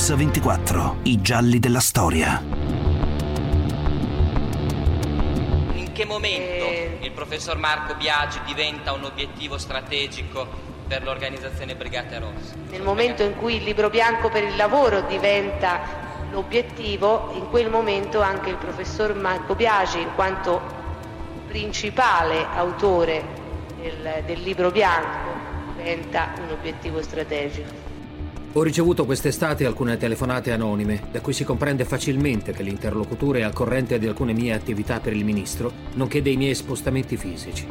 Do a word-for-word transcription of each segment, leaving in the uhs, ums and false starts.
Mix ventiquattro, i gialli della storia. In che momento eh... il professor Marco Biagi diventa un obiettivo strategico per l'organizzazione Brigate Rosse? Nel momento in cui il libro bianco per il lavoro diventa l'obiettivo, in quel momento anche il professor Marco Biagi, in quanto principale autore del, del libro bianco, diventa un obiettivo strategico. Ho ricevuto quest'estate alcune telefonate anonime, da cui si comprende facilmente che l'interlocutore è al corrente di alcune mie attività per il ministro, nonché dei miei spostamenti fisici.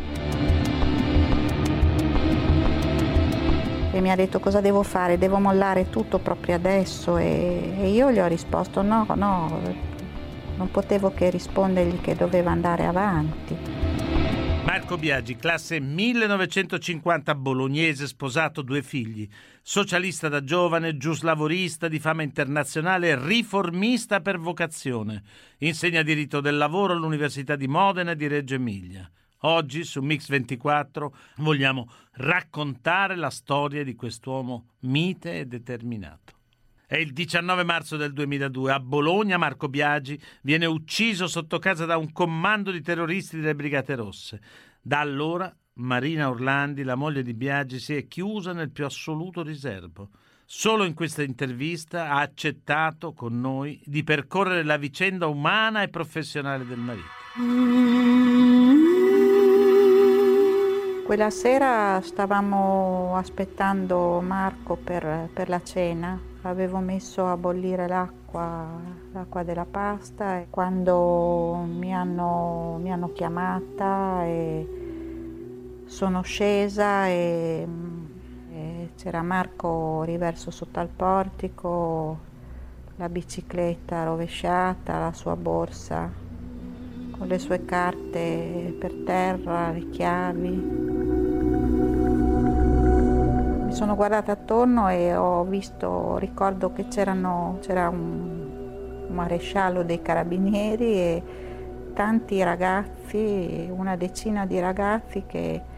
E mi ha detto: cosa devo fare? Devo mollare tutto proprio adesso? E, e io gli ho risposto no, no, non potevo che rispondergli che doveva andare avanti. Marco Biagi, classe millenovecentocinquanta, bolognese, sposato, due figli, socialista da giovane, giuslavorista di fama internazionale, riformista per vocazione, insegna diritto del lavoro all'Università di Modena e di Reggio Emilia. Oggi su Mix ventiquattro vogliamo raccontare la storia di quest'uomo mite e determinato. È il diciannove marzo del duemiladue. A Bologna Marco Biagi viene ucciso sotto casa da un commando di terroristi delle Brigate Rosse. Da allora Marina Orlandi, la moglie di Biagi, si è chiusa nel più assoluto riserbo. Solo in questa intervista ha accettato con noi di percorrere la vicenda umana e professionale del marito. Quella sera stavamo aspettando Marco per, per la cena. Avevo messo a bollire l'acqua, l'acqua della pasta, e quando mi hanno, mi hanno chiamata e sono scesa e, e c'era Marco riverso sotto al portico, la bicicletta rovesciata, la sua borsa con le sue carte per terra, le chiavi. Mi sono guardata attorno e ho visto, ricordo che c'erano, c'era un, un maresciallo dei carabinieri e tanti ragazzi, una decina di ragazzi che eh,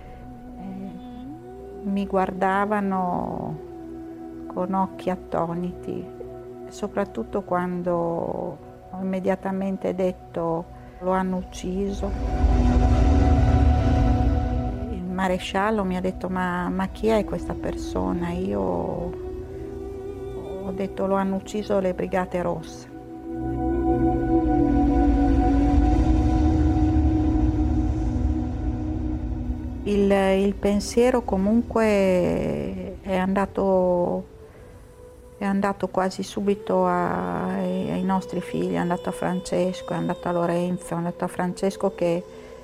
mi guardavano con occhi attoniti, soprattutto quando ho immediatamente detto: lo hanno ucciso. Il maresciallo mi ha detto: ma, ma chi è questa persona? Io ho detto: lo hanno ucciso le Brigate Rosse. Il, il pensiero comunque è andato, è andato quasi subito a, ai, ai nostri figli, è andato a Francesco, è andato a Lorenzo, è andato a Francesco che,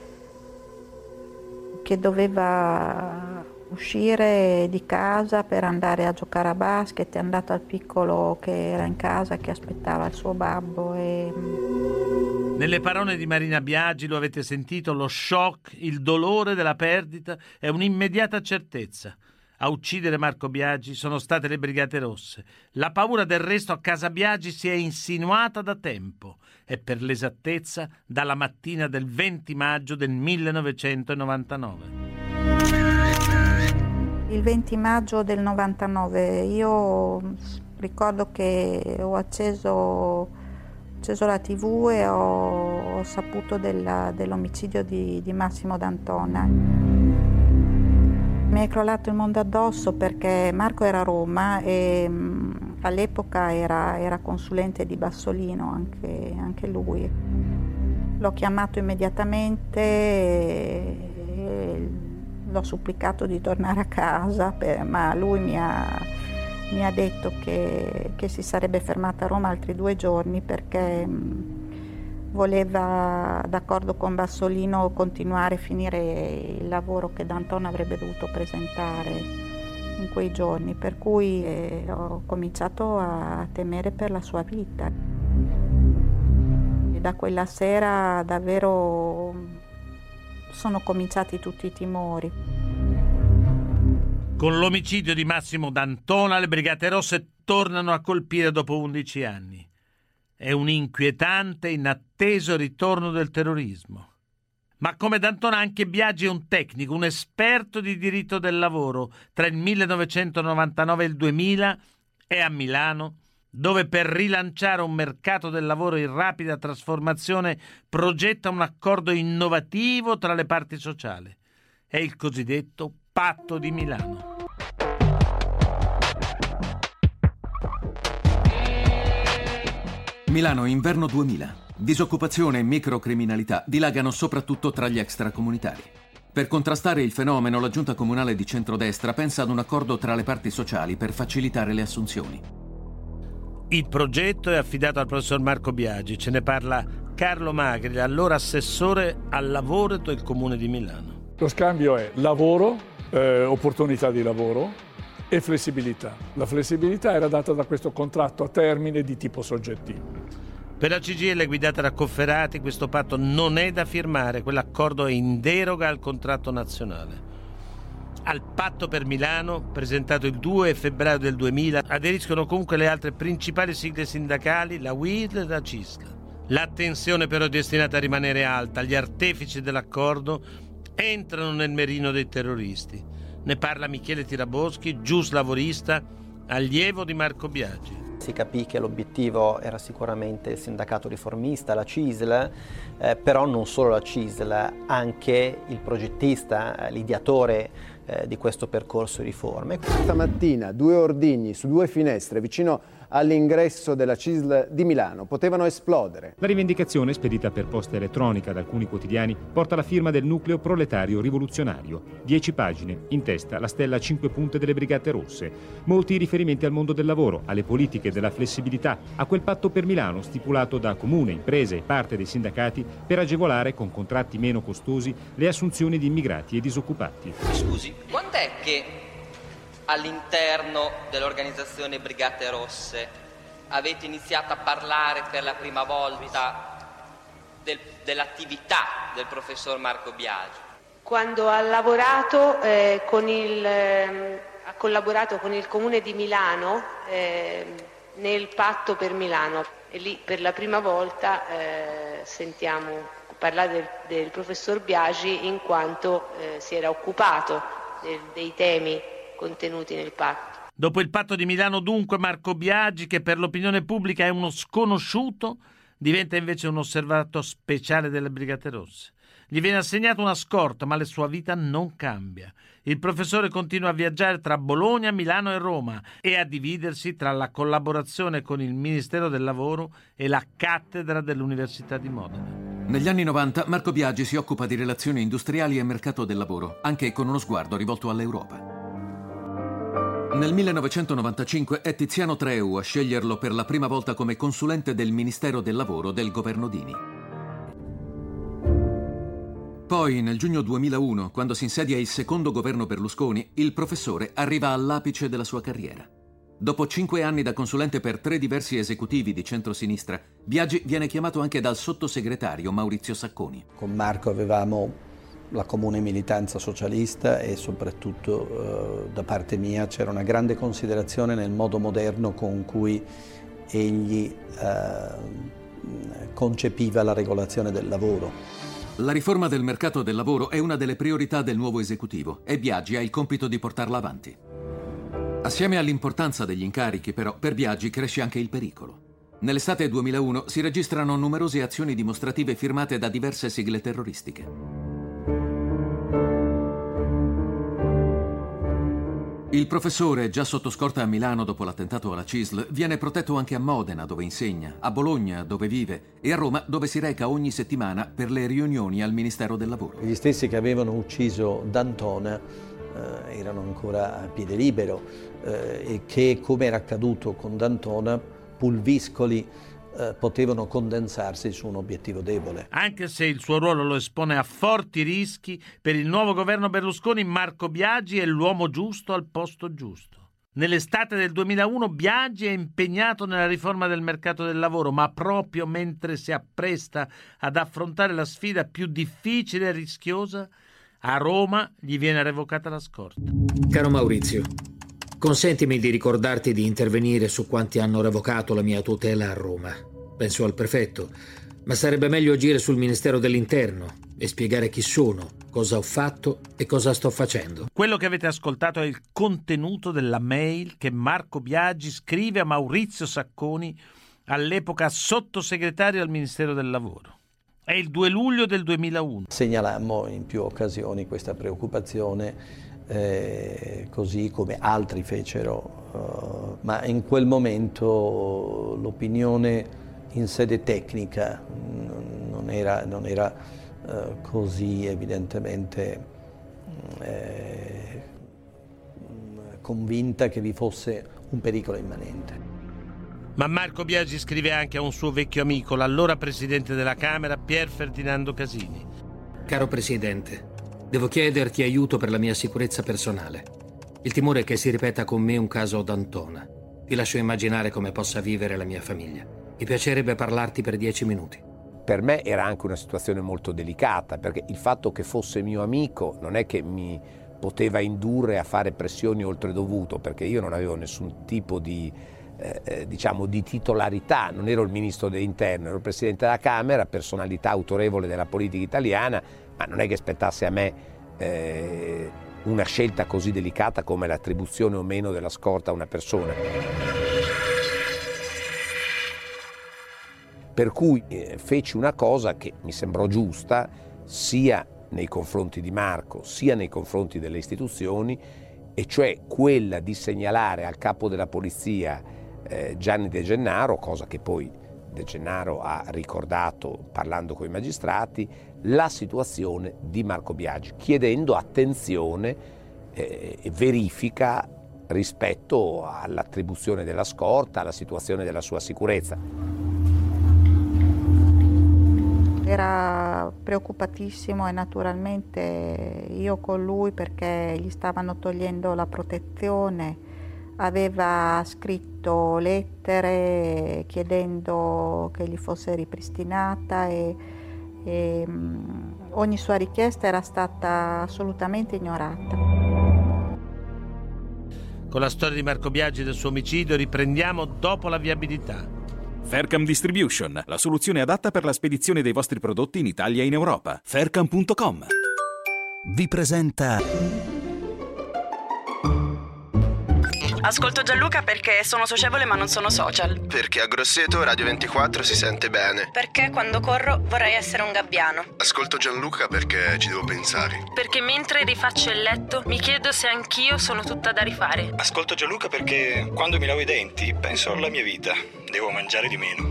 che doveva uscire di casa per andare a giocare a basket, è andato al piccolo che era in casa, che aspettava il suo babbo. E... Nelle parole di Marina Biagi, lo avete sentito, lo shock, il dolore della perdita è un'immediata certezza. A uccidere Marco Biagi sono state le Brigate Rosse. La paura del resto a casa Biagi si è insinuata da tempo e, per l'esattezza, dalla mattina del venti maggio del millenovecentonovantanove. Il venti maggio del novantanove io ricordo che ho acceso Ho acceso la tivù e ho, ho saputo della, dell'omicidio di, di Massimo D'Antona. Mi è crollato il mondo addosso perché Marco era a Roma e mh, all'epoca era, era consulente di Bassolino, anche, anche lui. L'ho chiamato immediatamente e, e l'ho supplicato di tornare a casa, per, ma lui mi ha... mi ha detto che, che si sarebbe fermata a Roma altri due giorni perché mh, voleva, d'accordo con Bassolino, continuare a finire il lavoro che D'Antona avrebbe dovuto presentare in quei giorni, per cui eh, ho cominciato a temere per la sua vita. E da quella sera davvero sono cominciati tutti i timori. Con l'omicidio di Massimo D'Antona, le Brigate Rosse tornano a colpire dopo undici anni. È un inquietante, inatteso ritorno del terrorismo. Ma come D'Antona anche Biagi è un tecnico, un esperto di diritto del lavoro. Tra il millenovecentonovantanove e il duemila è a Milano dove per rilanciare un mercato del lavoro in rapida trasformazione progetta un accordo innovativo tra le parti sociali. È il cosiddetto Patto di Milano. Milano, inverno duemila. Disoccupazione e microcriminalità dilagano soprattutto tra gli extracomunitari. Per contrastare il fenomeno, la giunta comunale di centrodestra pensa ad un accordo tra le parti sociali per facilitare le assunzioni. Il progetto è affidato al professor Marco Biagi. Ce ne parla Carlo Magri, allora assessore al lavoro del Comune di Milano. Lo scambio è lavoro, eh, opportunità di lavoro e flessibilità. La flessibilità era data da questo contratto a termine di tipo soggettivo. Per la C G I L guidata da Cofferati questo patto non è da firmare, quell'accordo è in deroga al contratto nazionale. Al patto per Milano, presentato il due febbraio del duemila, aderiscono comunque le altre principali sigle sindacali, la U I L e la C I S L. L'attenzione però è destinata a rimanere alta, gli artefici dell'accordo entrano nel mirino dei terroristi. Ne parla Michele Tiraboschi, giuslavorista, allievo di Marco Biagi. Si capì che l'obiettivo era sicuramente il sindacato riformista, la C I S L, eh, però non solo la C I S L, anche il progettista, l'ideatore eh, di questo percorso di riforme. Stamattina due ordigni su due finestre vicino all'ingresso della C I S L di Milano potevano esplodere. La rivendicazione, spedita per posta elettronica da alcuni quotidiani, porta la firma del nucleo proletario rivoluzionario. Dieci pagine, in testa la stella a cinque punte delle Brigate Rosse. Molti riferimenti al mondo del lavoro, alle politiche della flessibilità, a quel patto per Milano stipulato da comune, imprese e parte dei sindacati per agevolare con contratti meno costosi le assunzioni di immigrati e disoccupati. Scusi, quando è che all'interno dell'organizzazione Brigate Rosse avete iniziato a parlare per la prima volta del, dell'attività del professor Marco Biagi? Quando ha lavorato eh, con il eh, ha collaborato con il Comune di Milano eh, nel Patto per Milano, e lì per la prima volta eh, sentiamo parlare del, del professor Biagi in quanto eh, si era occupato del, dei temi contenuti nel patto. Dopo il Patto di Milano, dunque, Marco Biagi, che per l'opinione pubblica è uno sconosciuto, diventa invece un osservato speciale delle Brigate Rosse. Gli viene assegnata una scorta, ma la sua vita non cambia. Il professore continua a viaggiare tra Bologna, Milano e Roma e a dividersi tra la collaborazione con il Ministero del Lavoro e la cattedra dell'Università di Modena. Negli anni novanta Marco Biagi si occupa di relazioni industriali e mercato del lavoro, anche con uno sguardo rivolto all'Europa. Nel millenovecentonovantacinque è Tiziano Treu a sceglierlo per la prima volta come consulente del Ministero del Lavoro del governo Dini. Poi, nel giugno duemilauno, quando si insedia il secondo governo Berlusconi, il professore arriva all'apice della sua carriera. Dopo cinque anni da consulente per tre diversi esecutivi di centrosinistra, Biagi viene chiamato anche dal sottosegretario Maurizio Sacconi. Con Marco avevamo la comune militanza socialista e soprattutto eh, da parte mia c'era una grande considerazione nel modo moderno con cui egli eh, concepiva la regolazione del lavoro. La riforma del mercato del lavoro è una delle priorità del nuovo esecutivo e Biagi ha il compito di portarla avanti. Assieme all'importanza degli incarichi, però, per Biagi cresce anche il pericolo. Nell'estate duemilauno si registrano numerose azioni dimostrative firmate da diverse sigle terroristiche. Il professore, già sotto scorta a Milano dopo l'attentato alla C I S L, viene protetto anche a Modena, dove insegna, a Bologna, dove vive, e a Roma, dove si reca ogni settimana per le riunioni al Ministero del Lavoro. Gli stessi che avevano ucciso D'Antona eh, erano ancora a piede libero eh, e che, come era accaduto con D'Antona, pulviscoli Eh, potevano condensarsi su un obiettivo debole. Anche se il suo ruolo lo espone a forti rischi, per il nuovo governo Berlusconi Marco Biagi è l'uomo giusto al posto giusto. Nell'estate del duemilauno Biagi è impegnato nella riforma del mercato del lavoro, ma proprio mentre si appresta ad affrontare la sfida più difficile e rischiosa, a Roma gli viene revocata la scorta. Caro Maurizio, consentimi di ricordarti di intervenire su quanti hanno revocato la mia tutela a Roma. Penso al prefetto, ma sarebbe meglio agire sul Ministero dell'Interno. e spiegare chi sono, cosa ho fatto e cosa sto facendo. Quello che avete ascoltato è il contenuto della mail che Marco Biagi scrive a Maurizio Sacconi, all'epoca sottosegretario al Ministero del Lavoro. È il due luglio del duemilauno. Segnalammo in più occasioni questa preoccupazione, eh, così come altri fecero, uh, ma in quel momento l'opinione in sede tecnica non era, non era uh, così evidentemente eh, convinta che vi fosse un pericolo immanente. Ma Marco Biagi scrive anche a un suo vecchio amico, l'allora presidente della Camera, Pier Ferdinando Casini. Caro Presidente, devo chiederti aiuto per la mia sicurezza personale. Il timore è che si ripeta con me un caso D'Antona. Ti lascio immaginare come possa vivere la mia famiglia. Mi piacerebbe parlarti per dieci minuti. Per me era anche una situazione molto delicata, perché il fatto che fosse mio amico non è che mi poteva indurre a fare pressioni oltre dovuto, perché io non avevo nessun tipo di Eh, diciamo di titolarità, non ero il ministro dell'interno, ero il presidente della Camera, personalità autorevole della politica italiana, ma non è che spettasse a me eh, una scelta così delicata come l'attribuzione o meno della scorta a una persona. Per cui eh, feci una cosa che mi sembrò giusta sia nei confronti di Marco sia nei confronti delle istituzioni, e cioè quella di segnalare al capo della polizia Eh, Gianni De Gennaro, cosa che poi De Gennaro ha ricordato parlando con i magistrati, la situazione di Marco Biagi, chiedendo attenzione eh, e verifica rispetto all'attribuzione della scorta, alla situazione della sua sicurezza. Era preoccupatissimo e naturalmente io con lui, perché gli stavano togliendo la protezione. Aveva scritto lettere chiedendo che gli fosse ripristinata e, e mh, ogni sua richiesta era stata assolutamente ignorata. Con la storia di Marco Biagi e del suo omicidio riprendiamo dopo la viabilità. Faircam Distribution, la soluzione adatta per la spedizione dei vostri prodotti in Italia e in Europa. Faircam punto com vi presenta Ascolto Gianluca perché sono socievole ma non sono social. Perché a Grosseto Radio ventiquattro si sente bene. Perché quando corro vorrei essere un gabbiano. Ascolto Gianluca perché ci devo pensare. Perché mentre rifaccio il letto mi chiedo se anch'io sono tutta da rifare. Ascolto Gianluca perché quando mi lavo i denti penso alla mia vita. Devo mangiare di meno.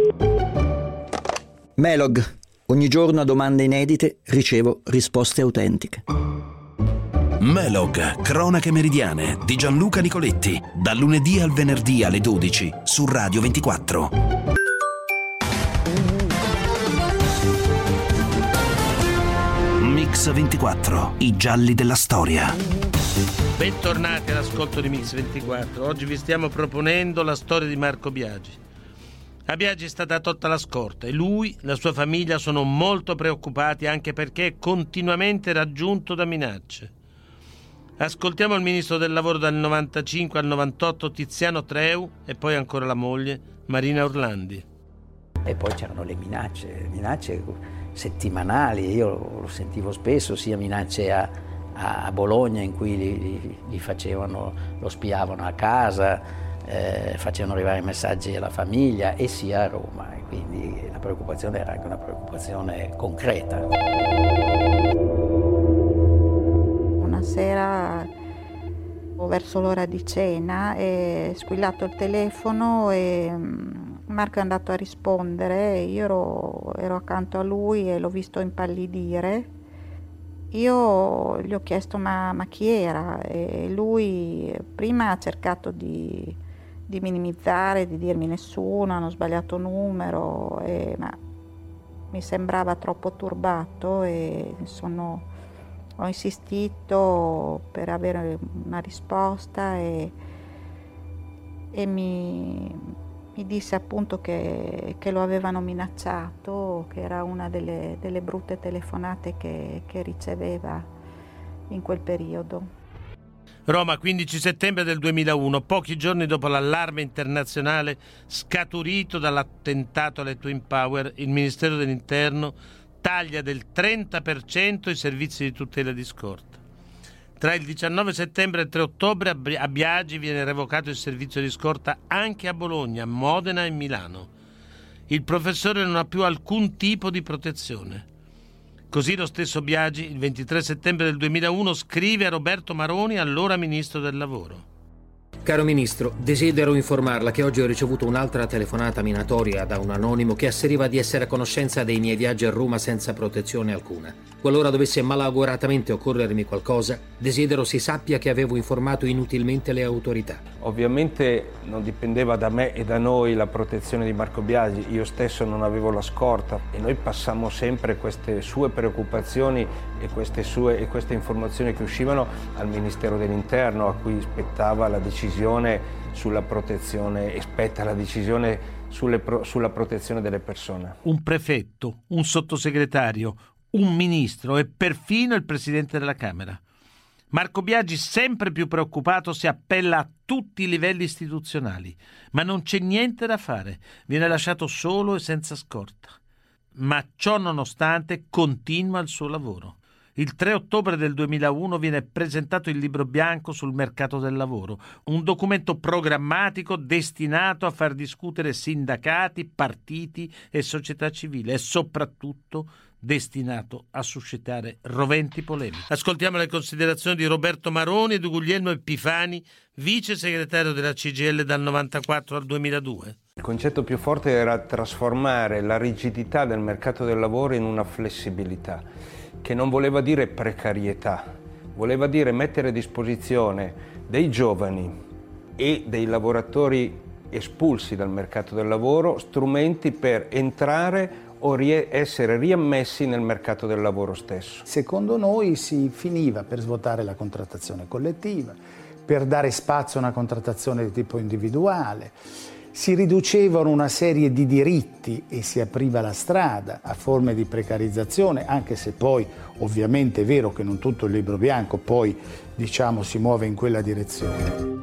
Melog. Ogni giorno a domande inedite ricevo risposte autentiche. Melog, cronache meridiane di Gianluca Nicoletti, dal lunedì al venerdì alle dodici su Radio ventiquattro. Mix ventiquattro, i gialli della storia. Bentornati all'ascolto di Mix ventiquattro. Oggi vi stiamo proponendo la storia di Marco Biagi. A Biagi è stata tolta la scorta e lui, la sua famiglia sono molto preoccupati, anche perché è continuamente raggiunto da minacce. Ascoltiamo il ministro del lavoro dal novantacinque al novantotto Tiziano Treu e poi ancora la moglie Marina Orlandi. E poi c'erano le minacce, minacce settimanali, io lo sentivo spesso, sia minacce a, a Bologna in cui gli, gli facevano, lo spiavano a casa, eh, facevano arrivare messaggi alla famiglia, e sia a Roma, e quindi la preoccupazione era anche una preoccupazione concreta. Una sera, verso l'ora di cena, è squillato il telefono e Marco è andato a rispondere. Io ero, ero accanto a lui e l'ho visto impallidire. Io gli ho chiesto ma, ma chi era, e lui prima ha cercato di, di minimizzare, di dirmi nessuno, hanno sbagliato numero, e, ma mi sembrava troppo turbato e sono... Ho insistito per avere una risposta e, e mi, mi disse appunto che, che lo avevano minacciato, che era una delle, delle brutte telefonate che, che riceveva in quel periodo. Roma, quindici settembre del duemilauno, pochi giorni dopo l'allarme internazionale scaturito dall'attentato alle Twin Tower, il Ministero dell'Interno taglia del trenta per cento i servizi di tutela di scorta. Tra il diciannove settembre e il tre ottobre a Biagi viene revocato il servizio di scorta anche a Bologna, Modena e Milano. Il professore non ha più alcun tipo di protezione. Così lo stesso Biagi, il ventitré settembre del duemilauno, scrive a Roberto Maroni, allora ministro del lavoro. Caro Ministro, desidero informarla che oggi ho ricevuto un'altra telefonata minatoria da un anonimo che asseriva di essere a conoscenza dei miei viaggi a Roma senza protezione alcuna. Qualora dovesse malauguratamente occorrermi qualcosa, desidero si sappia che avevo informato inutilmente le autorità. Ovviamente non dipendeva da me e da noi la protezione di Marco Biagi, io stesso non avevo la scorta e noi passammo sempre queste sue preoccupazioni e queste, sue, e queste informazioni che uscivano al Ministero dell'Interno, a cui spettava la decisione sulla protezione e spetta la decisione sulle pro, sulla protezione delle persone. Un prefetto, un sottosegretario, un ministro e perfino il presidente della Camera. Marco Biagi, sempre più preoccupato, si appella a tutti i livelli istituzionali, ma non c'è niente da fare, viene lasciato solo e senza scorta. Ma ciò nonostante continua il suo lavoro. Il tre ottobre del duemilauno viene presentato il Libro Bianco sul mercato del lavoro, un documento programmatico destinato a far discutere sindacati, partiti e società civile e soprattutto destinato a suscitare roventi polemiche. Ascoltiamo le considerazioni di Roberto Maroni e di Guglielmo Epifani, vice segretario della C G I L dal novantaquattro al duemiladue. Il concetto più forte era trasformare la rigidità del mercato del lavoro in una flessibilità, che non voleva dire precarietà, voleva dire mettere a disposizione dei giovani e dei lavoratori espulsi dal mercato del lavoro strumenti per entrare o rie- essere riammessi nel mercato del lavoro stesso. Secondo noi si finiva per svuotare la contrattazione collettiva, per dare spazio a una contrattazione di tipo individuale, si riducevano una serie di diritti e si apriva la strada a forme di precarizzazione, anche se poi ovviamente è vero che non tutto il Libro Bianco poi diciamo si muove in quella direzione.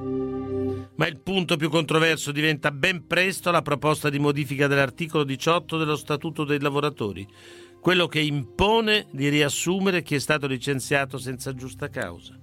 Ma il punto più controverso diventa ben presto la proposta di modifica dell'articolo diciotto dello Statuto dei lavoratori, quello che impone di riassumere chi è stato licenziato senza giusta causa.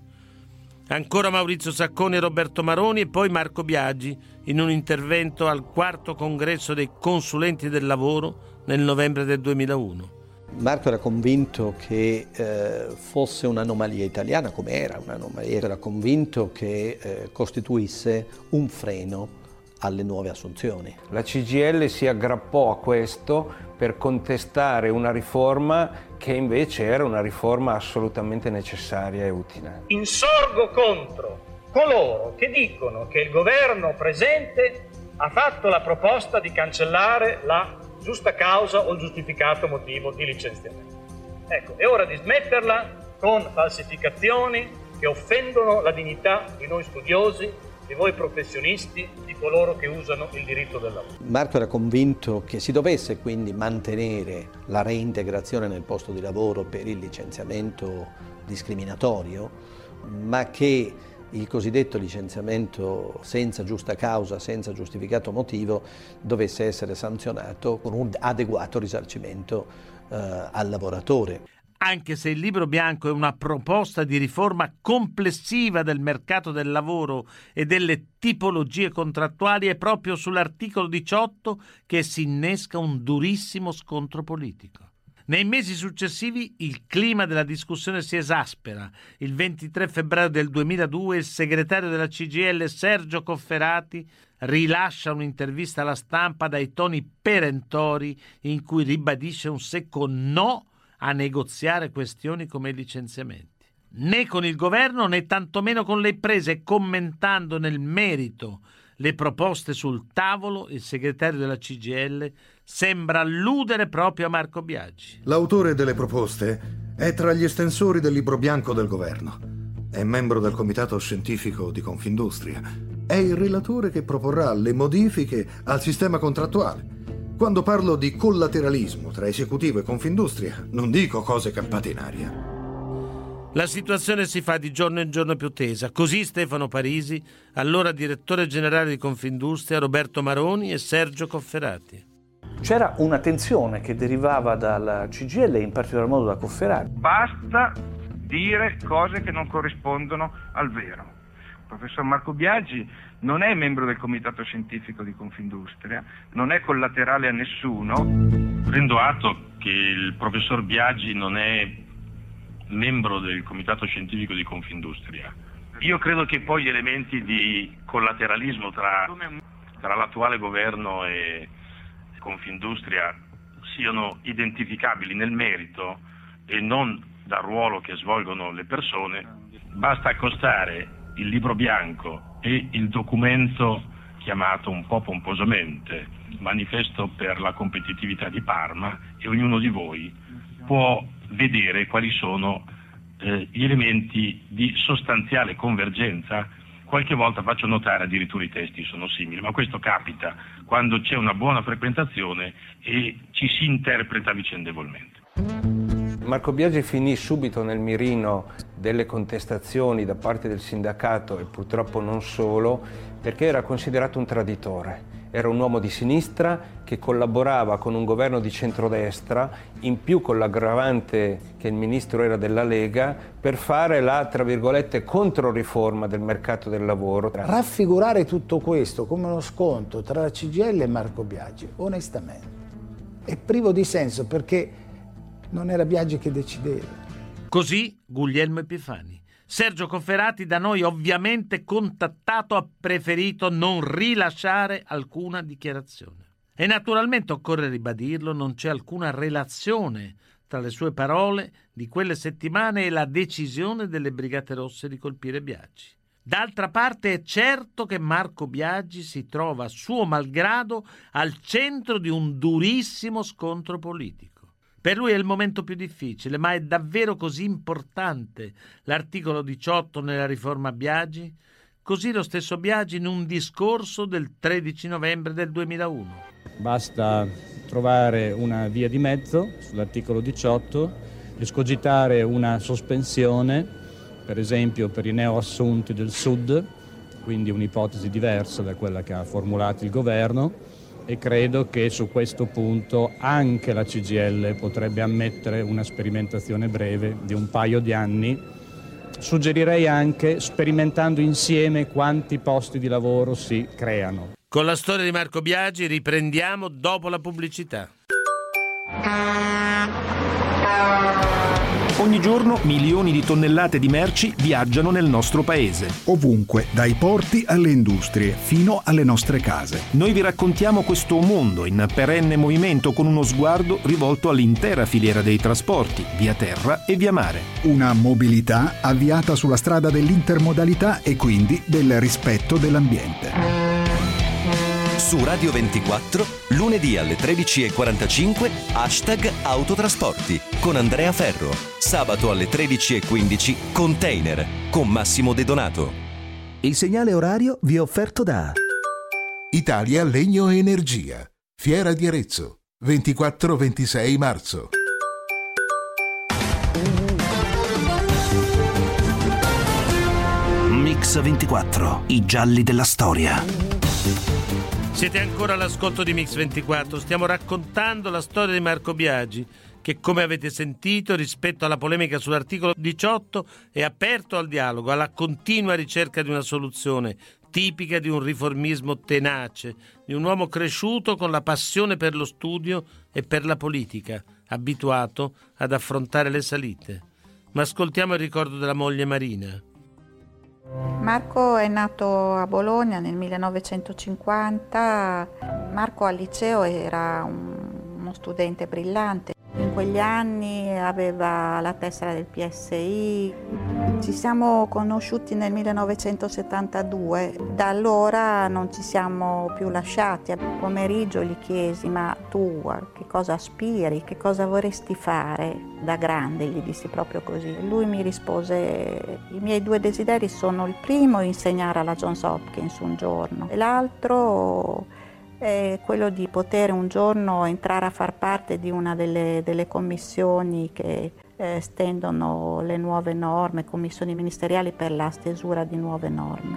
Ancora Maurizio Sacconi e Roberto Maroni e poi Marco Biagi in un intervento al quarto congresso dei consulenti del lavoro nel novembre del duemilauno. Marco era convinto che eh, fosse un'anomalia italiana, come era un'anomalia, era convinto che eh, costituisse un freno alle nuove assunzioni. La C G I L si aggrappò a questo per contestare una riforma che invece era una riforma assolutamente necessaria e utile. Insorgo contro coloro che dicono che il governo presente ha fatto la proposta di cancellare la giusta causa o il giustificato motivo di licenziamento. Ecco, è ora di smetterla con falsificazioni che offendono la dignità di noi studiosi, di voi professionisti, di coloro che usano il diritto del lavoro. Marco era convinto che si dovesse quindi mantenere la reintegrazione nel posto di lavoro per il licenziamento discriminatorio, ma che il cosiddetto licenziamento senza giusta causa, senza giustificato motivo, dovesse essere sanzionato con un adeguato risarcimento eh, al lavoratore. Anche se il Libro Bianco è una proposta di riforma complessiva del mercato del lavoro e delle tipologie contrattuali, è proprio sull'articolo diciotto che si innesca un durissimo scontro politico. Nei mesi successivi il clima della discussione si esaspera. Il ventitré febbraio del duemiladue il segretario della C G I L Sergio Cofferati rilascia un'intervista alla stampa dai toni perentori in cui ribadisce un secco no a negoziare questioni come i licenziamenti. Né con il governo né tantomeno con le imprese, commentando nel merito le proposte sul tavolo, il segretario della C G I L sembra alludere proprio a Marco Biagi. L'autore delle proposte è tra gli estensori del Libro Bianco del governo. È membro del comitato scientifico di Confindustria. È il relatore che proporrà le modifiche al sistema contrattuale. Quando parlo di collateralismo tra esecutivo e Confindustria, non dico cose campate in aria. La situazione si fa di giorno in giorno più tesa. Così Stefano Parisi, allora direttore generale di Confindustria, Roberto Maroni e Sergio Cofferati. C'era una tensione che derivava dalla C G I L e in particolar modo da Cofferati. Basta dire cose che non corrispondono al vero. Il professor Marco Biagi non è membro del comitato scientifico di Confindustria, non è collaterale a nessuno. Prendo atto che il professor Biagi non è membro del comitato scientifico di Confindustria. Io credo che poi gli elementi di collateralismo tra, tra l'attuale governo e Confindustria siano identificabili nel merito e non dal ruolo che svolgono le persone. Basta accostare il libro bianco e il documento chiamato un po' pomposamente Manifesto per la competitività di Parma e ognuno di voi può vedere quali sono eh, gli elementi di sostanziale convergenza. Qualche volta faccio notare addirittura i testi sono simili, ma questo capita quando c'è una buona frequentazione e ci si interpreta vicendevolmente. Marco Biagi finì subito nel mirino delle contestazioni da parte del sindacato e purtroppo non solo, perché era considerato un traditore. Era un uomo di sinistra che collaborava con un governo di centrodestra, in più con l'aggravante che il ministro era della Lega, per fare la, tra virgolette, controriforma del mercato del lavoro. Raffigurare tutto questo come uno scontro tra la C G I L e Marco Biagi, onestamente, è privo di senso, perché non era Biagi che decideva. Così Guglielmo Epifani. Sergio Cofferati, da noi ovviamente contattato, ha preferito non rilasciare alcuna dichiarazione. E naturalmente, occorre ribadirlo, non c'è alcuna relazione tra le sue parole di quelle settimane e la decisione delle Brigate Rosse di colpire Biagi. D'altra parte è certo che Marco Biagi si trova, suo malgrado, al centro di un durissimo scontro politico. Per lui è il momento più difficile, ma è davvero così importante l'articolo diciotto nella riforma Biagi? Così lo stesso Biagi in un discorso del tredici novembre del duemilauno. Basta trovare una via di mezzo sull'articolo diciotto, escogitare una sospensione, per esempio per i neoassunti del Sud, quindi un'ipotesi diversa da quella che ha formulato il governo, e credo che su questo punto anche la C G I L potrebbe ammettere una sperimentazione breve di un paio di anni. Suggerirei anche sperimentando insieme quanti posti di lavoro si creano. Con la storia di Marco Biagi riprendiamo dopo la pubblicità. Ogni giorno milioni di tonnellate di merci viaggiano nel nostro paese. Ovunque, dai porti alle industrie, fino alle nostre case. Noi vi raccontiamo questo mondo in perenne movimento, con uno sguardo rivolto all'intera filiera dei trasporti, via terra e via mare. Una mobilità avviata sulla strada dell'intermodalità e quindi del rispetto dell'ambiente. Su Radio ventiquattro, lunedì alle tredici e quarantacinque, hashtag Autotrasporti con Andrea Ferro. Sabato alle tredici e quindici, Container con Massimo De Donato. Il segnale orario vi è offerto da Italia Legno e Energia, Fiera di Arezzo, ventiquattro ventisei marzo. Mix ventiquattro, i gialli della storia. Siete ancora all'ascolto di Mix ventiquattro, stiamo raccontando la storia di Marco Biagi, che, come avete sentito, rispetto alla polemica sull'articolo diciotto è aperto al dialogo, alla continua ricerca di una soluzione, tipica di un riformismo tenace, di un uomo cresciuto con la passione per lo studio e per la politica, abituato ad affrontare le salite. Ma ascoltiamo il ricordo della moglie Marina. Marco è nato a Bologna nel millenovecentocinquanta. Marco al liceo era un, uno studente brillante. In quegli anni aveva la tessera del P S I. Ci siamo conosciuti nel millenovecentosettantadue. Da allora non ci siamo più lasciati. Al pomeriggio gli chiesi: ma tu a che cosa aspiri? Che cosa vorresti fare da grande? Gli dissi proprio così. Lui mi rispose: i miei due desideri sono il primo, insegnare alla Johns Hopkins un giorno, e l'altro è quello di poter un giorno entrare a far parte di una delle, delle commissioni che eh, stendono le nuove norme, commissioni ministeriali per la stesura di nuove norme.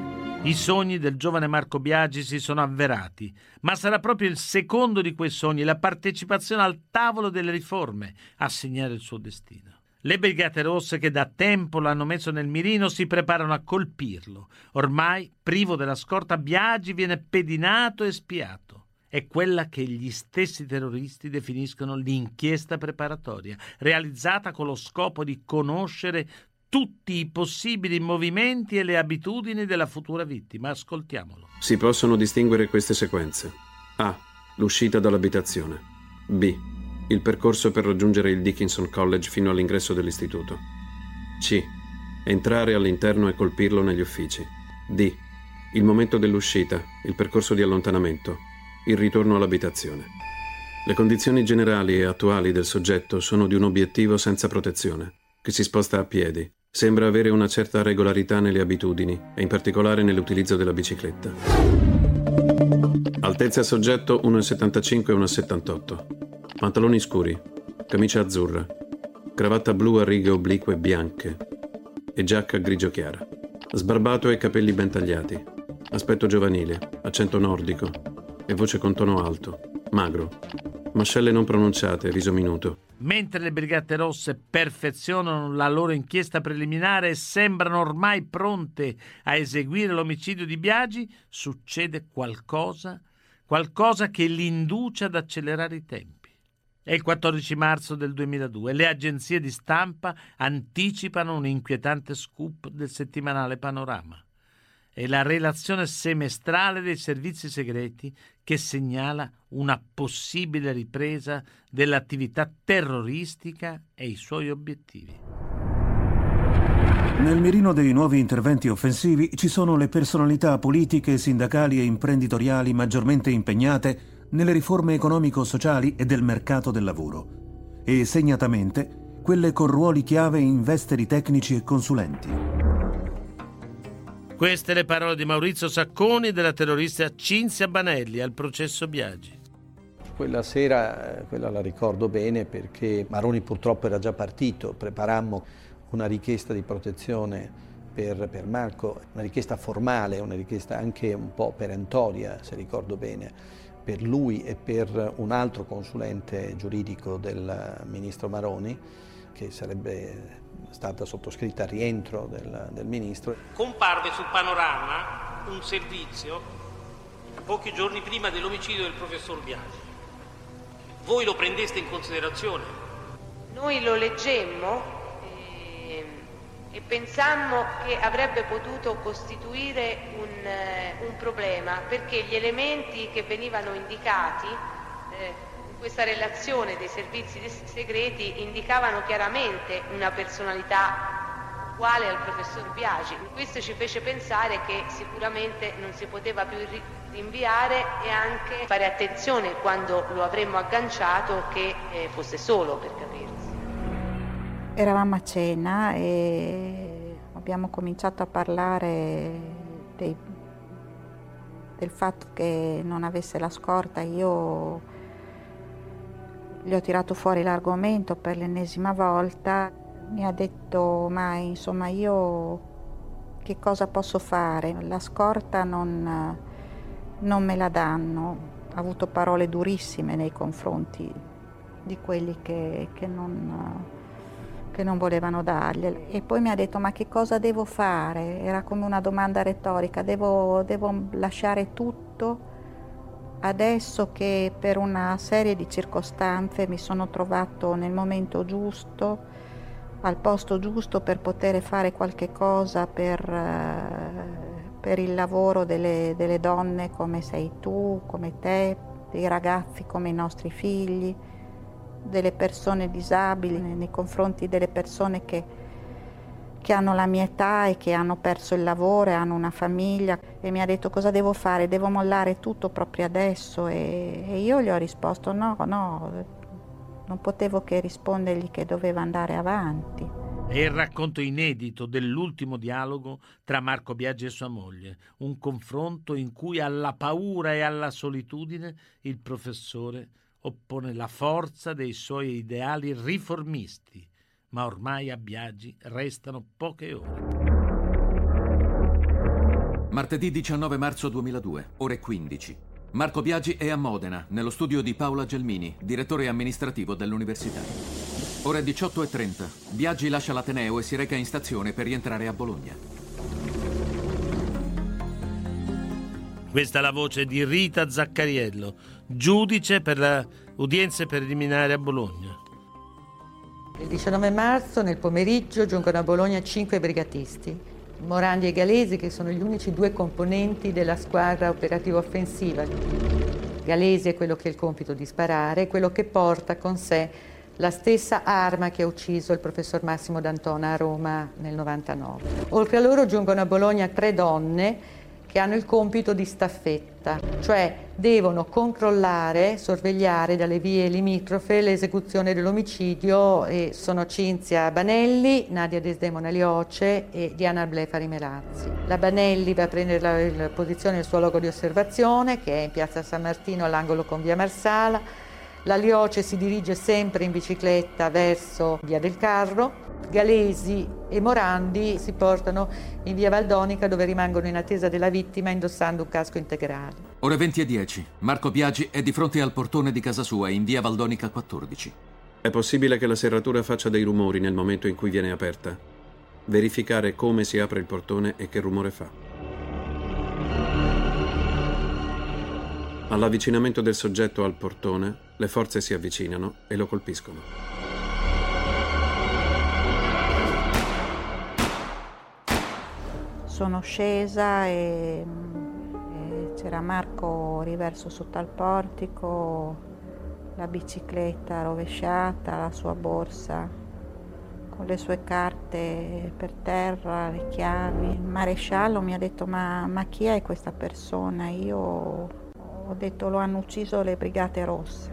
I sogni del giovane Marco Biagi si sono avverati, ma sarà proprio il secondo di quei sogni, la partecipazione al tavolo delle riforme, a segnare il suo destino. Le Brigate Rosse, che da tempo l'hanno messo nel mirino, si preparano a colpirlo. Ormai, privo della scorta, Biagi viene pedinato e spiato. È quella che gli stessi terroristi definiscono l'inchiesta preparatoria, realizzata con lo scopo di conoscere tutti i possibili movimenti e le abitudini della futura vittima. Ascoltiamolo. Si possono distinguere queste sequenze. A. L'uscita dall'abitazione. B. Il percorso per raggiungere il Dickinson College fino all'ingresso dell'istituto. C. Entrare all'interno e colpirlo negli uffici. D. Il momento dell'uscita, il percorso di allontanamento, il ritorno all'abitazione. Le condizioni generali e attuali del soggetto sono di un obiettivo senza protezione, che si sposta a piedi. Sembra avere una certa regolarità nelle abitudini e in particolare nell'utilizzo della bicicletta. Altezza soggetto uno virgola settantacinque e uno virgola settantotto. Pantaloni scuri, camicia azzurra, cravatta blu a righe oblique bianche e giacca grigio chiara. Sbarbato e capelli ben tagliati. Aspetto giovanile, accento nordico e voce con tono alto, magro. Mascelle non pronunciate, viso minuto. Mentre le Brigate Rosse perfezionano la loro inchiesta preliminare e sembrano ormai pronte a eseguire l'omicidio di Biagi, succede qualcosa, qualcosa che li induce ad accelerare i tempi. È il quattordici marzo del duemiladue. Le agenzie di stampa anticipano un inquietante scoop del settimanale Panorama. È la relazione semestrale dei servizi segreti che segnala una possibile ripresa dell'attività terroristica e i suoi obiettivi. Nel mirino dei nuovi interventi offensivi ci sono le personalità politiche, sindacali e imprenditoriali maggiormente impegnate nelle riforme economico-sociali e del mercato del lavoro, e segnatamente quelle con ruoli chiave in veste di tecnici e consulenti. Queste le parole di Maurizio Sacconi, della terrorista Cinzia Banelli, al processo Biagi. Quella sera, quella la ricordo bene perché Maroni purtroppo era già partito, preparammo una richiesta di protezione per, per Marco, una richiesta formale, una richiesta anche un po' perentoria, se ricordo bene, per lui e per un altro consulente giuridico del ministro Maroni, che sarebbe stata sottoscritta a rientro del, del ministro. Comparve sul Panorama un servizio pochi giorni prima dell'omicidio del professor Biagi. Voi lo prendeste in considerazione? Noi lo leggemmo e, e pensammo che avrebbe potuto costituire un, un problema, perché gli elementi che venivano indicati eh, questa relazione dei servizi segreti indicavano chiaramente una personalità uguale al professor Biagi. Questo ci fece pensare che sicuramente non si poteva più rinviare e anche fare attenzione quando lo avremmo agganciato che eh, fosse solo, per capirsi. Eravamo a cena e abbiamo cominciato a parlare dei, del fatto che non avesse la scorta. Io gli ho tirato fuori l'argomento per l'ennesima volta, mi ha detto ma insomma io che cosa posso fare, la scorta non, non me la danno, ha avuto parole durissime nei confronti di quelli che, che, non, che non volevano dargliele. E poi mi ha detto ma che cosa devo fare, era come una domanda retorica, devo, devo lasciare tutto adesso che per una serie di circostanze mi sono trovato nel momento giusto, al posto giusto per poter fare qualche cosa per, per il lavoro delle, delle donne come sei tu, come te, dei ragazzi come i nostri figli, delle persone disabili, nei confronti delle persone che che hanno la mia età e che hanno perso il lavoro e hanno una famiglia, e mi ha detto cosa devo fare, devo mollare tutto proprio adesso, e, e io gli ho risposto no, no, non potevo che rispondergli che doveva andare avanti. È il racconto inedito dell'ultimo dialogo tra Marco Biagi e sua moglie, un confronto in cui alla paura e alla solitudine il professore oppone la forza dei suoi ideali riformisti, ma ormai a Biagi restano poche ore. Martedì diciannove marzo duemiladue, ore quindici. Marco Biagi è a Modena, nello studio di Paola Gelmini, direttore amministrativo dell'università. Ore diciotto e trenta. Biagi lascia l'Ateneo e si reca in stazione per rientrare a Bologna. Questa è la voce di Rita Zaccariello, giudice per le udienze preliminari a Bologna. Il diciannove marzo, nel pomeriggio, giungono a Bologna cinque brigatisti. Morandi e Galesi, che sono gli unici due componenti della squadra operativa offensiva. Galesi è quello che ha il compito di sparare, quello che porta con sé la stessa arma che ha ucciso il professor Massimo D'Antona a Roma nel novantanove. Oltre a loro giungono a Bologna tre donne che hanno il compito di staffetta, cioè devono controllare, sorvegliare dalle vie limitrofe l'esecuzione dell'omicidio, e sono Cinzia Banelli, Nadia Desdemona Lioce e Diana Blefari Melazzi. La Banelli va a prendere la, la posizione nel suo luogo di osservazione, che è in piazza San Martino all'angolo con via Marsala. La Lioce si dirige sempre in bicicletta verso via del Carro. Galesi e Morandi si portano in via Valdonica, dove rimangono in attesa della vittima indossando un casco integrale. Ore venti e dieci. Marco Biagi è di fronte al portone di casa sua in via Valdonica quattordici. È possibile che la serratura faccia dei rumori nel momento in cui viene aperta? Verificare come si apre il portone e che rumore fa. All'avvicinamento del soggetto al portone, le forze si avvicinano e lo colpiscono. Sono scesa e, e c'era Marco riverso sotto al portico, la bicicletta rovesciata, la sua borsa con le sue carte per terra, le chiavi. Il maresciallo mi ha detto ma, ma chi è questa persona? Io ho detto lo hanno ucciso le Brigate Rosse.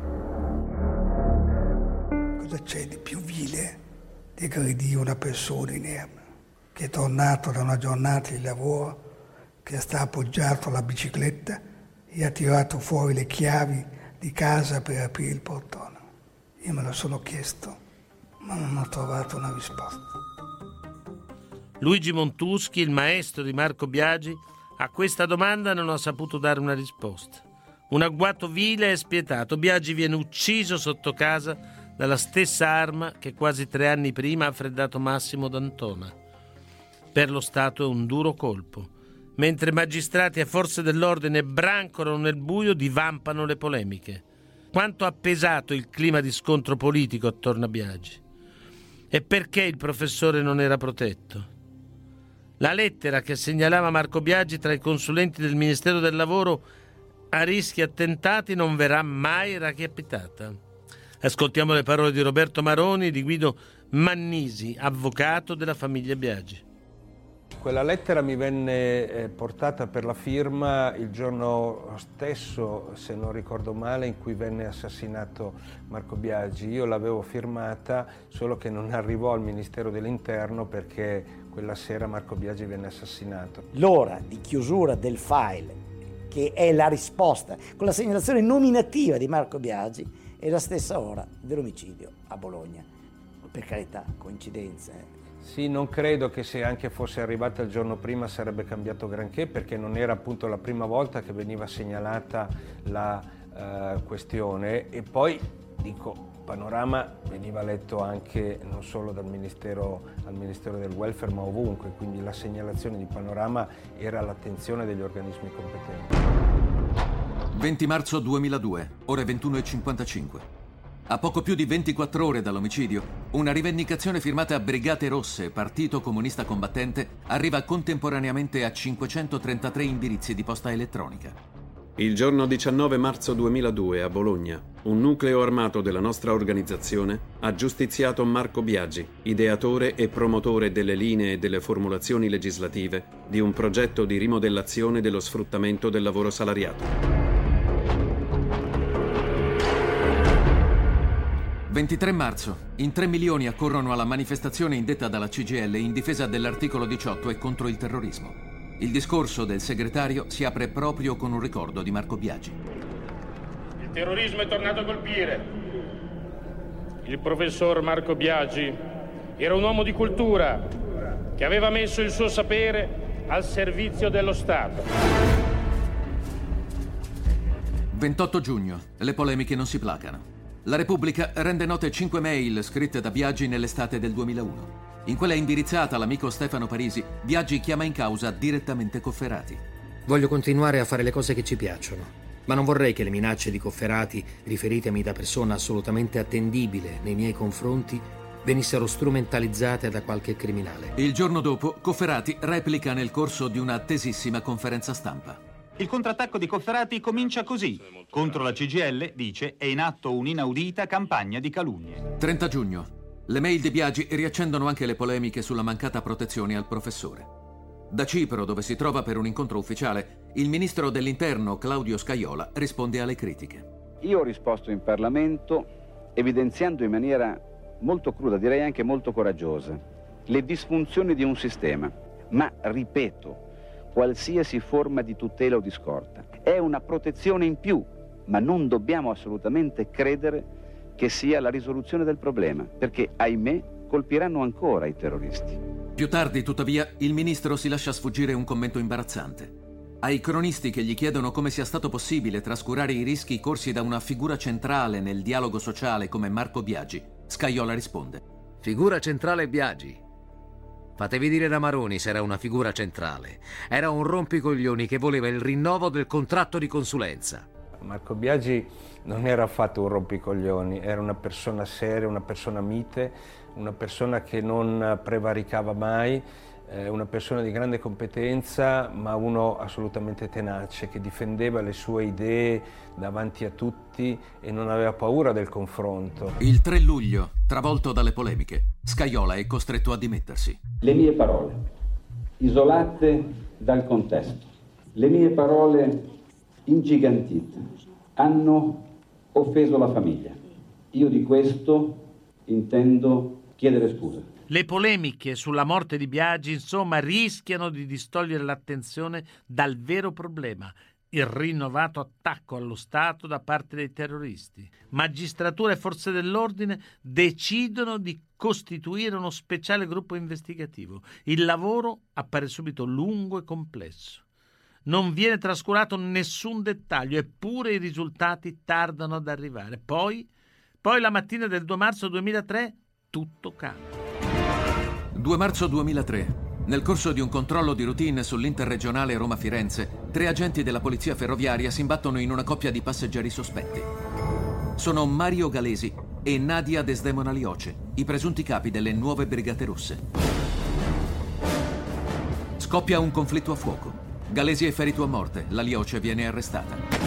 Cosa c'è di più vile di aggredire una persona inerme che è tornato da una giornata di lavoro, che sta appoggiato alla bicicletta e ha tirato fuori le chiavi di casa per aprire il portone? Io me lo sono chiesto, ma non ho trovato una risposta. Luigi Montuschi, il maestro di Marco Biagi, a questa domanda non ha saputo dare una risposta. Un agguato vile e spietato. Biagi viene ucciso sotto casa dalla stessa arma che quasi tre anni prima ha freddato Massimo D'Antona. Per lo Stato è un duro colpo. Mentre magistrati e forze dell'ordine brancolano nel buio, divampano le polemiche. Quanto ha pesato il clima di scontro politico attorno a Biagi? E perché il professore non era protetto? La lettera che segnalava Marco Biagi tra i consulenti del Ministero del Lavoro a rischi attentati non verrà mai recapitata. Ascoltiamo le parole di Roberto Maroni e di Guido Mannisi, avvocato della famiglia Biagi. Quella lettera mi venne eh, portata per la firma il giorno stesso, se non ricordo male, in cui venne assassinato Marco Biagi. Io l'avevo firmata, solo che non arrivò al Ministero dell'Interno perché quella sera Marco Biagi venne assassinato. L'ora di chiusura del file, che è la risposta, con la segnalazione nominativa di Marco Biagi, è la stessa ora dell'omicidio a Bologna. Per carità, coincidenze. Sì, non credo che se anche fosse arrivata il giorno prima sarebbe cambiato granché, perché non era appunto la prima volta che veniva segnalata la uh, questione. E poi, dico, Panorama veniva letto anche non solo dal Ministero, al Ministero del Welfare, ma ovunque, quindi la segnalazione di Panorama era all'attenzione degli organismi competenti. venti marzo duemiladue, ore ventuno e cinquantacinque. A poco più di ventiquattro ore dall'omicidio, una rivendicazione firmata a Brigate Rosse, Partito Comunista Combattente, arriva contemporaneamente a cinquecentotrentatré indirizzi di posta elettronica. Il giorno diciannove marzo duemiladue a Bologna, un nucleo armato della nostra organizzazione ha giustiziato Marco Biagi, ideatore e promotore delle linee e delle formulazioni legislative di un progetto di rimodellazione dello sfruttamento del lavoro salariato. ventitré marzo. In tre milioni accorrono alla manifestazione indetta dalla C G I L in difesa dell'articolo diciotto e contro il terrorismo. Il discorso del segretario si apre proprio con un ricordo di Marco Biagi. Il terrorismo è tornato a colpire. Il professor Marco Biagi era un uomo di cultura che aveva messo il suo sapere al servizio dello Stato. ventotto giugno. Le polemiche non si placano. La Repubblica rende note cinque mail scritte da Biagi nell'estate del duemilauno. In quella indirizzata all'amico Stefano Parisi, Biagi chiama in causa direttamente Cofferati. Voglio continuare a fare le cose che ci piacciono, ma non vorrei che le minacce di Cofferati, riferitemi da persona assolutamente attendibile nei miei confronti, venissero strumentalizzate da qualche criminale. Il giorno dopo, Cofferati replica nel corso di una attesissima conferenza stampa. Il contrattacco di Cofferati comincia così. Contro la C G I L, dice, è in atto un'inaudita campagna di calunnie. trenta giugno. Le mail di Biagi riaccendono anche le polemiche sulla mancata protezione al professore. Da Cipro, dove si trova per un incontro ufficiale, il ministro dell'Interno, Claudio Scajola, risponde alle critiche. Io ho risposto in Parlamento evidenziando in maniera molto cruda, direi anche molto coraggiosa, le disfunzioni di un sistema. Ma, ripeto, qualsiasi forma di tutela o di scorta è una protezione in più, ma non dobbiamo assolutamente credere che sia la risoluzione del problema, perché, ahimè, colpiranno ancora i terroristi. Più tardi, tuttavia, il ministro si lascia sfuggire un commento imbarazzante. Ai cronisti che gli chiedono come sia stato possibile trascurare i rischi corsi da una figura centrale nel dialogo sociale come Marco Biagi, Scajola risponde: Figura centrale Biagi? Fatevi dire da Maroni se era una figura centrale. Era un rompicoglioni che voleva il rinnovo del contratto di consulenza. Marco Biagi non era affatto un rompicoglioni, era una persona seria, una persona mite, una persona che non prevaricava mai, eh, una persona di grande competenza, ma uno assolutamente tenace, che difendeva le sue idee davanti a tutti e non aveva paura del confronto. Il tre luglio, travolto dalle polemiche, Scajola è costretto a dimettersi. Le mie parole, isolate dal contesto, le mie parole ingigantite, hanno offeso la famiglia. Io di questo intendo chiedere scusa. Le polemiche sulla morte di Biagi, insomma, rischiano di distogliere l'attenzione dal vero problema, il rinnovato attacco allo Stato da parte dei terroristi. Magistratura e forze dell'ordine decidono di costituire uno speciale gruppo investigativo. Il lavoro appare subito lungo e complesso. Non viene trascurato nessun dettaglio, eppure i risultati tardano ad arrivare. Poi, poi la mattina del due marzo duemilatré, tutto cambia. due marzo duemilatré. Nel corso di un controllo di routine sull'interregionale Roma-Firenze, tre agenti della polizia ferroviaria si imbattono in una coppia di passeggeri sospetti. Sono Mario Galesi e Nadia Desdemona Lioce, i presunti capi delle nuove Brigate Rosse. Scoppia un conflitto a fuoco. Galesi è ferito a morte, la Lioce viene arrestata.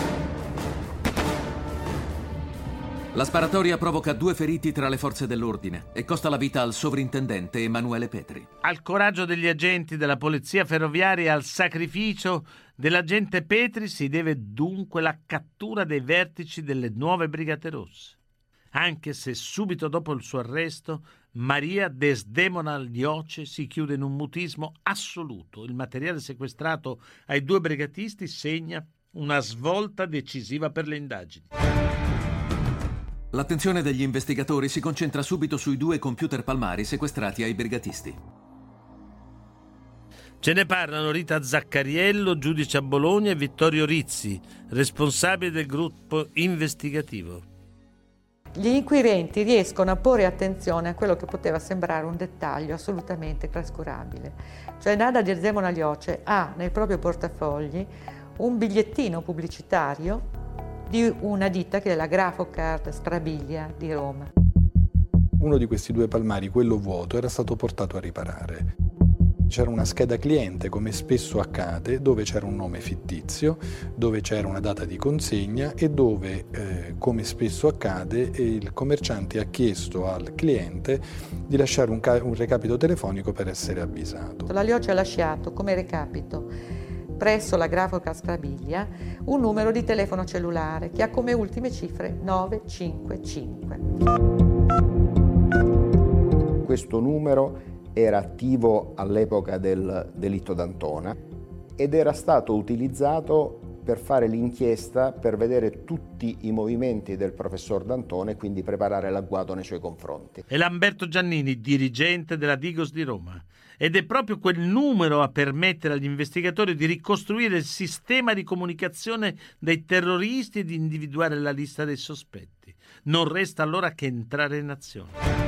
La sparatoria provoca due feriti tra le forze dell'ordine e costa la vita al sovrintendente Emanuele Petri. Al coraggio degli agenti della polizia ferroviaria e al sacrificio dell'agente Petri si deve dunque la cattura dei vertici delle nuove Brigate Rosse. Anche se subito dopo il suo arresto Maria Desdemona Lioce si chiude in un mutismo assoluto. Il materiale sequestrato ai due brigatisti segna una svolta decisiva per le indagini. L'attenzione degli investigatori si concentra subito sui due computer palmari sequestrati ai brigatisti. Ce ne parlano Rita Zaccariello, giudice a Bologna, e Vittorio Rizzi, responsabile del gruppo investigativo. Gli inquirenti riescono a porre attenzione a quello che poteva sembrare un dettaglio assolutamente trascurabile. Cioè Nadia Desdemona Lioce ha nel proprio portafogli un bigliettino pubblicitario di una ditta che è la Grafocard Strabilia di Roma. Uno di questi due palmari, quello vuoto, era stato portato a riparare. C'era una scheda cliente, come spesso accade, dove c'era un nome fittizio, dove c'era una data di consegna e dove, eh, come spesso accade, il commerciante ha chiesto al cliente di lasciare un, ca- un recapito telefonico per essere avvisato. La Lioce ha lasciato come recapito presso la Grafocard Strabilia un numero di telefono cellulare che ha come ultime cifre nove cinque cinque. Questo numero era attivo all'epoca del delitto d'Antona ed era stato utilizzato per fare l'inchiesta, per vedere tutti i movimenti del professor D'Antona e quindi preparare l'agguato nei suoi confronti. È Lamberto Giannini, dirigente della Digos di Roma. ed è proprio quel numero a permettere agli investigatori di ricostruire il sistema di comunicazione dei terroristi e di individuare la lista dei sospetti. Non resta allora che entrare in azione.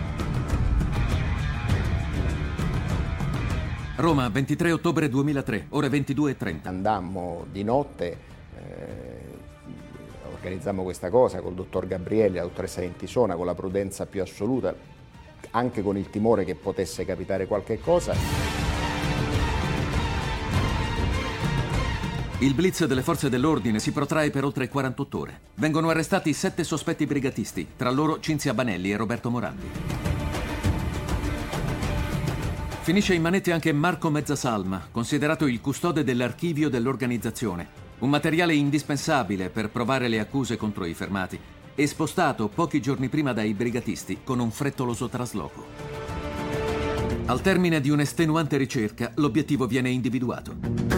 Roma, ventitré ottobre duemilatré, ore ventidue e trenta. Andammo di notte, eh, organizzammo questa cosa col dottor Gabrielli, la dottoressa Ventisona, con la prudenza più assoluta, anche con il timore che potesse capitare qualche cosa. Il blitz delle forze dell'ordine si protrae per oltre quarantotto ore. Vengono arrestati sette sospetti brigatisti, tra loro Cinzia Banelli e Roberto Morandi. Finisce in manette anche Marco Mezzasalma, considerato il custode dell'archivio dell'organizzazione, un materiale indispensabile per provare le accuse contro i fermati, e spostato pochi giorni prima dai brigatisti con un frettoloso trasloco. Al termine di un'estenuante ricerca, l'obiettivo viene individuato.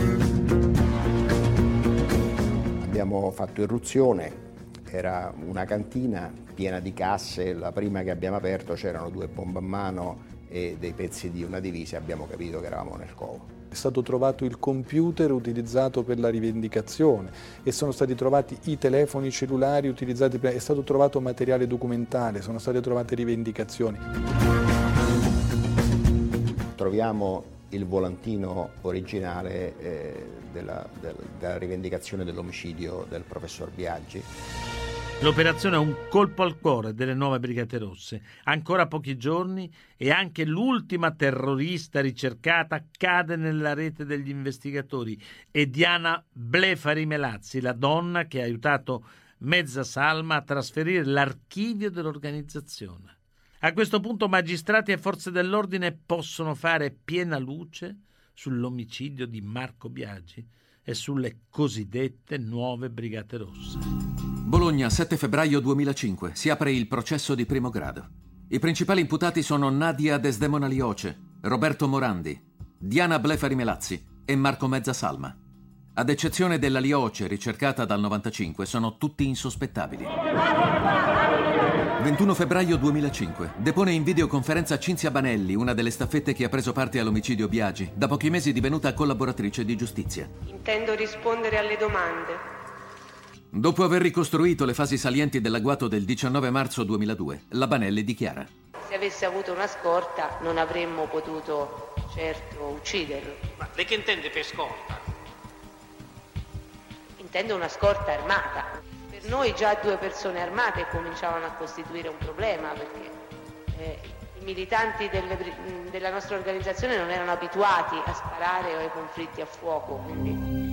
Abbiamo fatto irruzione, era una cantina piena di casse, la prima che abbiamo aperto c'erano due bombe a mano e dei pezzi di una divisa, abbiamo capito che eravamo nel covo. È stato trovato il computer utilizzato per la rivendicazione e sono stati trovati i telefoni cellulari utilizzati per... è stato trovato materiale documentale, sono state trovate rivendicazioni. Troviamo il volantino originale eh, della, del, della rivendicazione dell'omicidio del professor Biagi. L'operazione è un colpo al cuore delle nuove Brigate Rosse. Ancora pochi giorni e anche l'ultima terrorista ricercata cade nella rete degli investigatori. È Diana Blefari Melazzi, la donna che ha aiutato Mezzasalma a trasferire l'archivio dell'organizzazione. A questo punto magistrati e forze dell'ordine possono fare piena luce sull'omicidio di Marco Biagi e sulle cosiddette nuove Brigate Rosse. Bologna, sette febbraio duemilacinque. Si apre il processo di primo grado. I principali imputati sono Nadia Desdemona Lioce, Roberto Morandi, Diana Blefari Melazzi e Marco Mezzasalma. Ad eccezione della Lioce, ricercata dal novantacinque, sono tutti insospettabili. ventuno febbraio duemilacinque. Depone in videoconferenza Cinzia Banelli, una delle staffette che ha preso parte all'omicidio Biagi, da pochi mesi divenuta collaboratrice di giustizia. Intendo rispondere alle domande. Dopo aver ricostruito le fasi salienti dell'agguato del diciannove marzo duemiladue, la Banelli dichiara: Se avesse avuto una scorta non avremmo potuto certo ucciderlo. Ma lei che intende per scorta? Intendo una scorta armata. Per noi già due persone armate cominciavano a costituire un problema, perché eh, i militanti delle, della nostra organizzazione non erano abituati a sparare o ai conflitti a fuoco, quindi...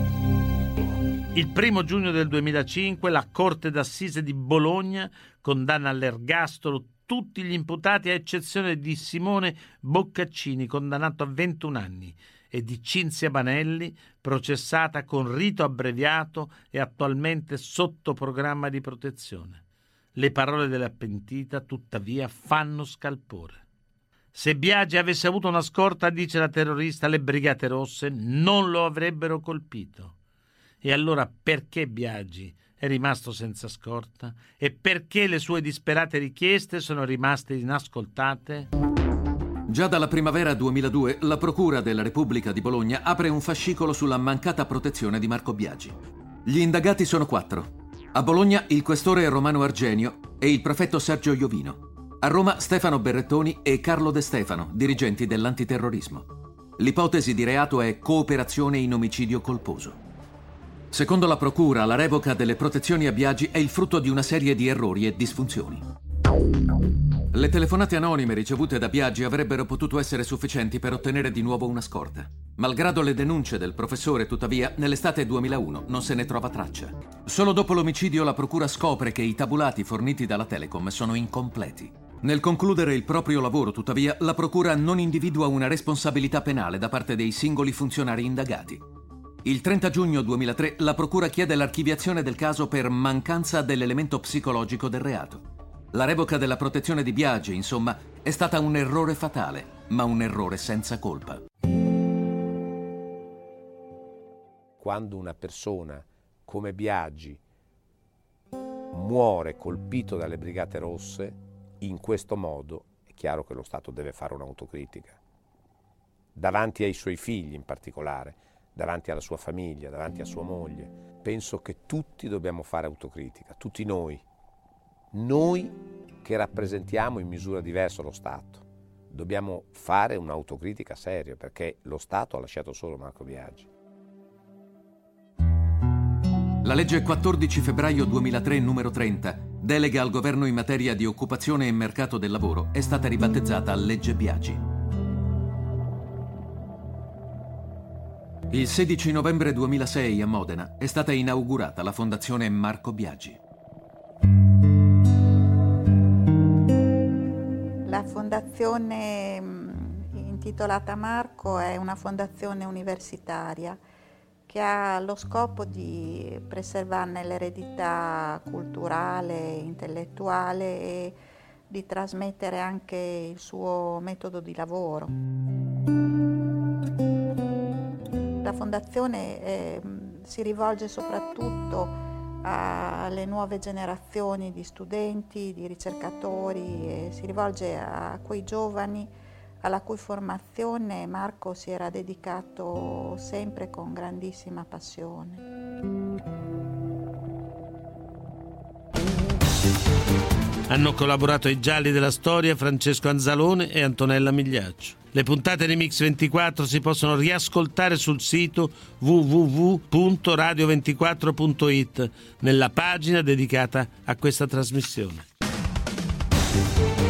Il primo giugno del duemilacinque la Corte d'Assise di Bologna condanna all'ergastolo tutti gli imputati a eccezione di Simone Boccaccini, condannato a ventuno anni, e di Cinzia Banelli, processata con rito abbreviato e attualmente sotto programma di protezione. Le parole della pentita, tuttavia, fanno scalpore. Se Biagi avesse avuto una scorta, dice la terrorista, le Brigate Rosse non lo avrebbero colpito. E allora perché Biagi è rimasto senza scorta? E perché le sue disperate richieste sono rimaste inascoltate? Già dalla primavera duemiladue la Procura della Repubblica di Bologna apre un fascicolo sulla mancata protezione di Marco Biagi. Gli indagati sono quattro. A Bologna il questore Romano Argenio e il prefetto Sergio Iovino. A Roma Stefano Berrettoni e Carlo De Stefano, dirigenti dell'antiterrorismo. L'ipotesi di reato è cooperazione in omicidio colposo. Secondo la Procura, la revoca delle protezioni a Biagi è il frutto di una serie di errori e disfunzioni. Le telefonate anonime ricevute da Biagi avrebbero potuto essere sufficienti per ottenere di nuovo una scorta. Malgrado le denunce del professore, tuttavia, nell'estate duemilauno non se ne trova traccia. Solo dopo l'omicidio la Procura scopre che i tabulati forniti dalla Telecom sono incompleti. Nel concludere il proprio lavoro, tuttavia, la Procura non individua una responsabilità penale da parte dei singoli funzionari indagati. Il trenta giugno duemilatré la Procura chiede l'archiviazione del caso per mancanza dell'elemento psicologico del reato. La revoca della protezione di Biagi, insomma, è stata un errore fatale, ma un errore senza colpa. Quando una persona come Biagi muore colpito dalle Brigate Rosse, in questo modo è chiaro che lo Stato deve fare un'autocritica. davanti ai suoi figli in particolare, davanti alla sua famiglia, davanti a sua moglie. Penso che tutti dobbiamo fare autocritica, tutti noi, noi che rappresentiamo in misura diversa lo Stato. Dobbiamo fare un'autocritica seria, perché lo Stato ha lasciato solo Marco Biagi. La legge quattordici febbraio duemilatré numero trenta, delega al governo in materia di occupazione e mercato del lavoro, è stata ribattezzata legge Biagi. Il sedici novembre duemilasei a Modena è stata inaugurata la Fondazione Marco Biagi. La fondazione intitolata Marco è una fondazione universitaria che ha lo scopo di preservarne l'eredità culturale, intellettuale e di trasmettere anche il suo metodo di lavoro. La fondazione eh, si rivolge soprattutto alle nuove generazioni di studenti, di ricercatori, e si rivolge a quei giovani alla cui formazione Marco si era dedicato sempre con grandissima passione. Hanno collaborato ai Gialli della Storia Francesco Anzalone e Antonella Migliaccio. Le puntate di Mix ventiquattro si possono riascoltare sul sito w w w punto radio ventiquattro punto it nella pagina dedicata a questa trasmissione.